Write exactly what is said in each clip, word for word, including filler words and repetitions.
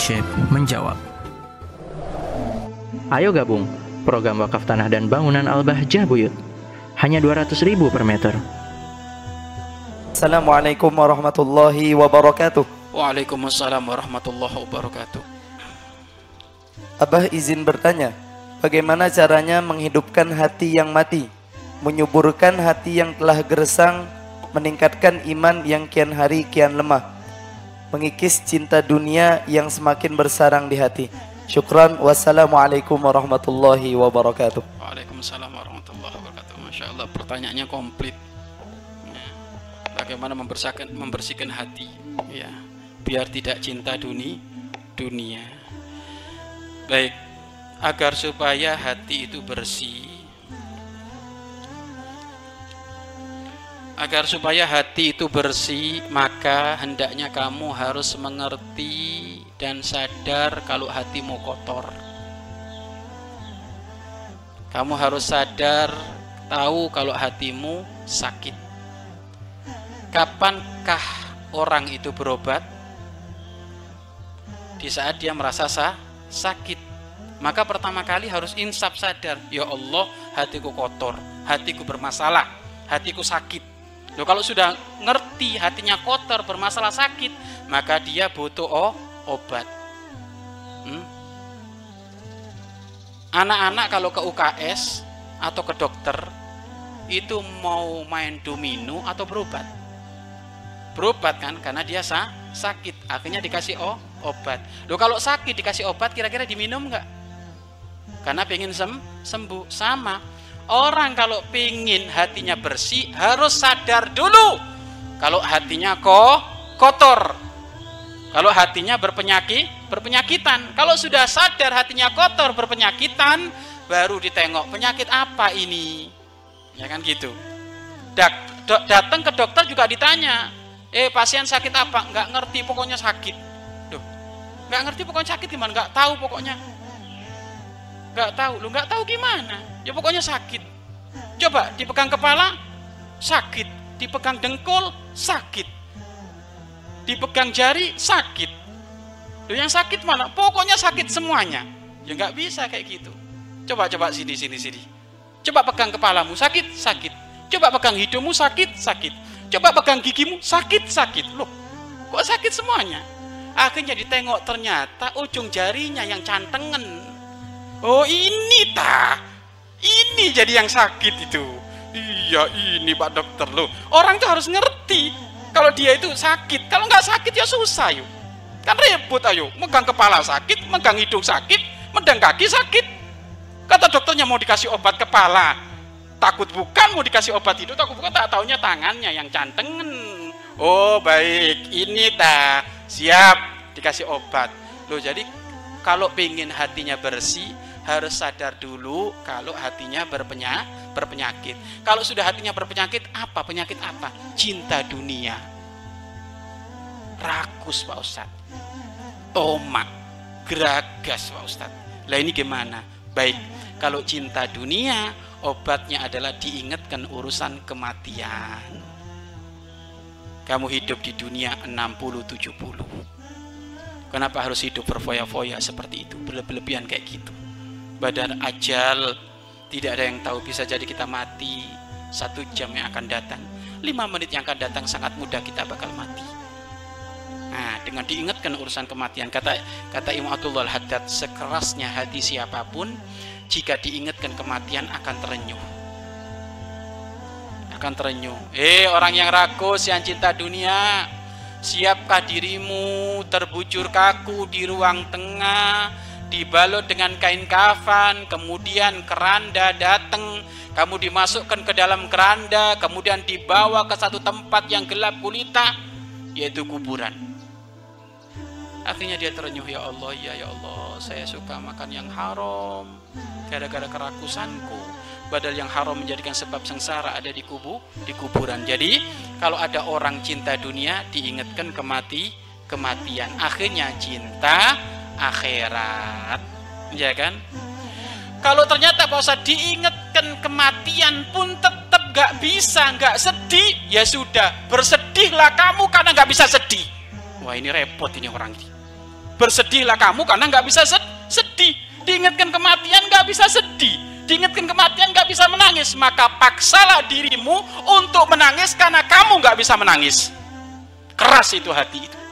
Syekh menjawab. Ayo gabung program wakaf tanah dan bangunan Al-Bahjah Buyut. Hanya dua ratus ribu per meter. Assalamualaikum warahmatullahi wabarakatuh. Waalaikumsalam warahmatullahi wabarakatuh. Abah izin bertanya, bagaimana caranya menghidupkan hati yang mati, menyuburkan hati yang telah gersang, meningkatkan iman yang kian hari kian lemah, mengikis cinta dunia yang semakin bersarang di hati. Syukran. Wassalamualaikum warahmatullahi wabarakatuh. Waalaikumsalam warahmatullahi wabarakatuh. Masya Allah, pertanyaannya komplit. Ya. Bagaimana membersihkan membersihkan hati, ya, biar tidak cinta duni, dunia. Baik, agar supaya hati itu bersih, agar supaya hati itu bersih, maka hendaknya kamu harus mengerti dan sadar kalau hatimu kotor. Kamu harus sadar, tahu kalau hatimu sakit. Kapankah orang itu berobat? Di saat dia merasa sah, sakit. Maka pertama kali harus insaf, sadar, ya Allah, hatiku kotor, hatiku bermasalah, hatiku sakit. Loh, kalau sudah ngerti hatinya kotor, bermasalah, sakit, maka dia butuh oh, obat. Hmm? Anak-anak kalau ke U K S atau ke dokter itu mau main domino atau berobat? Berobat kan, karena dia sah, sakit, akhirnya dikasih oh, obat. Loh, kalau sakit dikasih obat, kira-kira diminum nggak? Karena pengen sem sembuh. Sama, orang kalau pengen hatinya bersih harus sadar dulu kalau hatinya kok kotor, kalau hatinya berpenyakit, berpenyakitan. Kalau sudah sadar hatinya kotor, berpenyakitan, baru ditengok penyakit apa ini, ya kan gitu. Dak, do, datang ke dokter juga ditanya, eh pasien sakit apa? Nggak ngerti, pokoknya sakit. Duh, nggak ngerti pokoknya sakit gimana? Nggak tahu pokoknya. Nggak tahu, lu nggak tahu gimana? Ya pokoknya sakit. Coba dipegang kepala, sakit. Dipegang dengkul, sakit. Dipegang jari, sakit. Loh, yang sakit mana? Pokoknya sakit semuanya. Ya nggak bisa kayak gitu. Coba coba sini sini sini. Coba pegang kepalamu, sakit sakit. Coba pegang hidungmu, sakit sakit. Coba pegang gigimu, sakit sakit. Loh, kok sakit semuanya? Akhirnya ditengok, ternyata ujung jarinya yang cantengen. Oh ini ta, ini jadi yang sakit itu. Iya ini Pak Dokter loh. Orang tuh harus ngerti kalau dia itu sakit. Kalau nggak sakit ya susah yuk. Kan repot ayo. Megang kepala sakit, megang hidung sakit, megang kaki sakit. Kata dokternya mau dikasih obat kepala, takut bukan mau dikasih obat hidung, takut bukan, tak taunya tangannya yang cantengen. Oh baik, ini ta, siap dikasih obat. Loh, jadi kalau pengen hatinya bersih harus sadar dulu kalau hatinya berpenya, berpenyakit. Kalau sudah hatinya berpenyakit, apa penyakit apa? Cinta dunia, rakus Pak Ustadz, tomak, geragas Pak Ustadz. Lah ini gimana? Baik, kalau cinta dunia obatnya adalah diingatkan urusan kematian. Kamu hidup di dunia enam puluh tujuh puluh. Kenapa harus hidup berfoya-foya seperti itu, berlebihan kayak gitu? Badan ajal, tidak ada yang tahu, bisa jadi kita mati satu jam yang akan datang, lima menit yang akan datang, sangat mudah kita bakal mati. Nah, dengan diingatkan urusan kematian, kata kata Imam Abdullah Al-Haddad, sekerasnya hati siapapun, jika diingatkan kematian akan terenyuh, akan terenyuh. Eh orang yang rakus, yang cinta dunia, siapkah dirimu terbujur kaku di ruang tengah, dibalut dengan kain kafan, kemudian keranda datang, kamu dimasukkan ke dalam keranda, kemudian dibawa ke satu tempat yang gelap gulita, yaitu kuburan. Akhirnya dia terenyuh, ya Allah, ya ya Allah, saya suka makan yang haram gara-gara kerakusanku, padahal yang haram menjadikan sebab sengsara ada di kubu, di kuburan. Jadi kalau ada orang cinta dunia, diingatkan kemati, kematian, akhirnya cinta akhirat, ya kan? Kalau ternyata Pak Ustadz diingatkan kematian pun tetap gak bisa, gak sedih, ya sudah, bersedihlah kamu karena gak bisa sedih. Wah ini repot ini orang ini. Bersedihlah kamu karena nggak bisa sedih. Diingatkan kematian nggak bisa sedih. Diingatkan kematian nggak bisa menangis. Maka paksalah dirimu untuk menangis karena kamu nggak bisa menangis. Keras itu hati itu.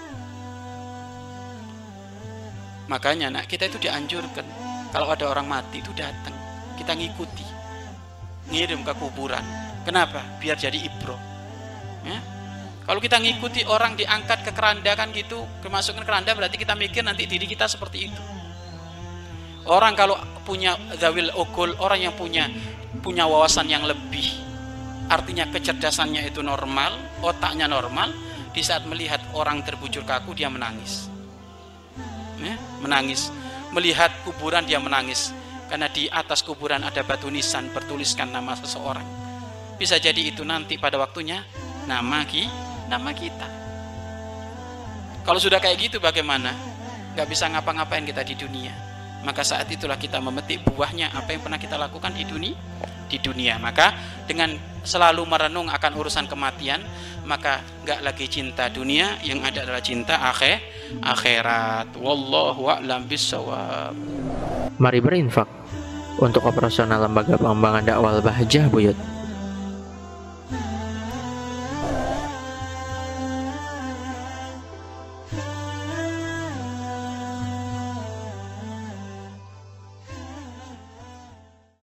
Makanya nak, kita itu dianjurkan kalau ada orang mati itu datang, kita ngikuti, ngirim ke kuburan. Kenapa? Biar jadi ibro. Ya? Kalau kita ngikuti orang diangkat ke keranda kan gitu, kemasukan keranda, berarti kita mikir nanti diri kita seperti itu. Orang kalau punya zawil ukul, orang yang punya punya wawasan yang lebih, artinya kecerdasannya itu normal, otaknya normal, di saat melihat orang terbujur kaku dia menangis. Ya, menangis. Melihat kuburan dia menangis karena di atas kuburan ada batu nisan bertuliskan nama seseorang. Bisa jadi itu nanti pada waktunya nama ki, nama kita. Kalau sudah kayak gitu bagaimana? Gak bisa ngapa-ngapain kita di dunia. Maka saat itulah kita memetik buahnya apa yang pernah kita lakukan di dunia. Di dunia. Maka dengan selalu merenung akan urusan kematian, maka gak lagi cinta dunia, yang ada adalah cinta akhir akhirat. Wallahu a'lam bishawab. Mari berinfak untuk operasional lembaga pengembangan dakwah Al-Bahjah Buyut.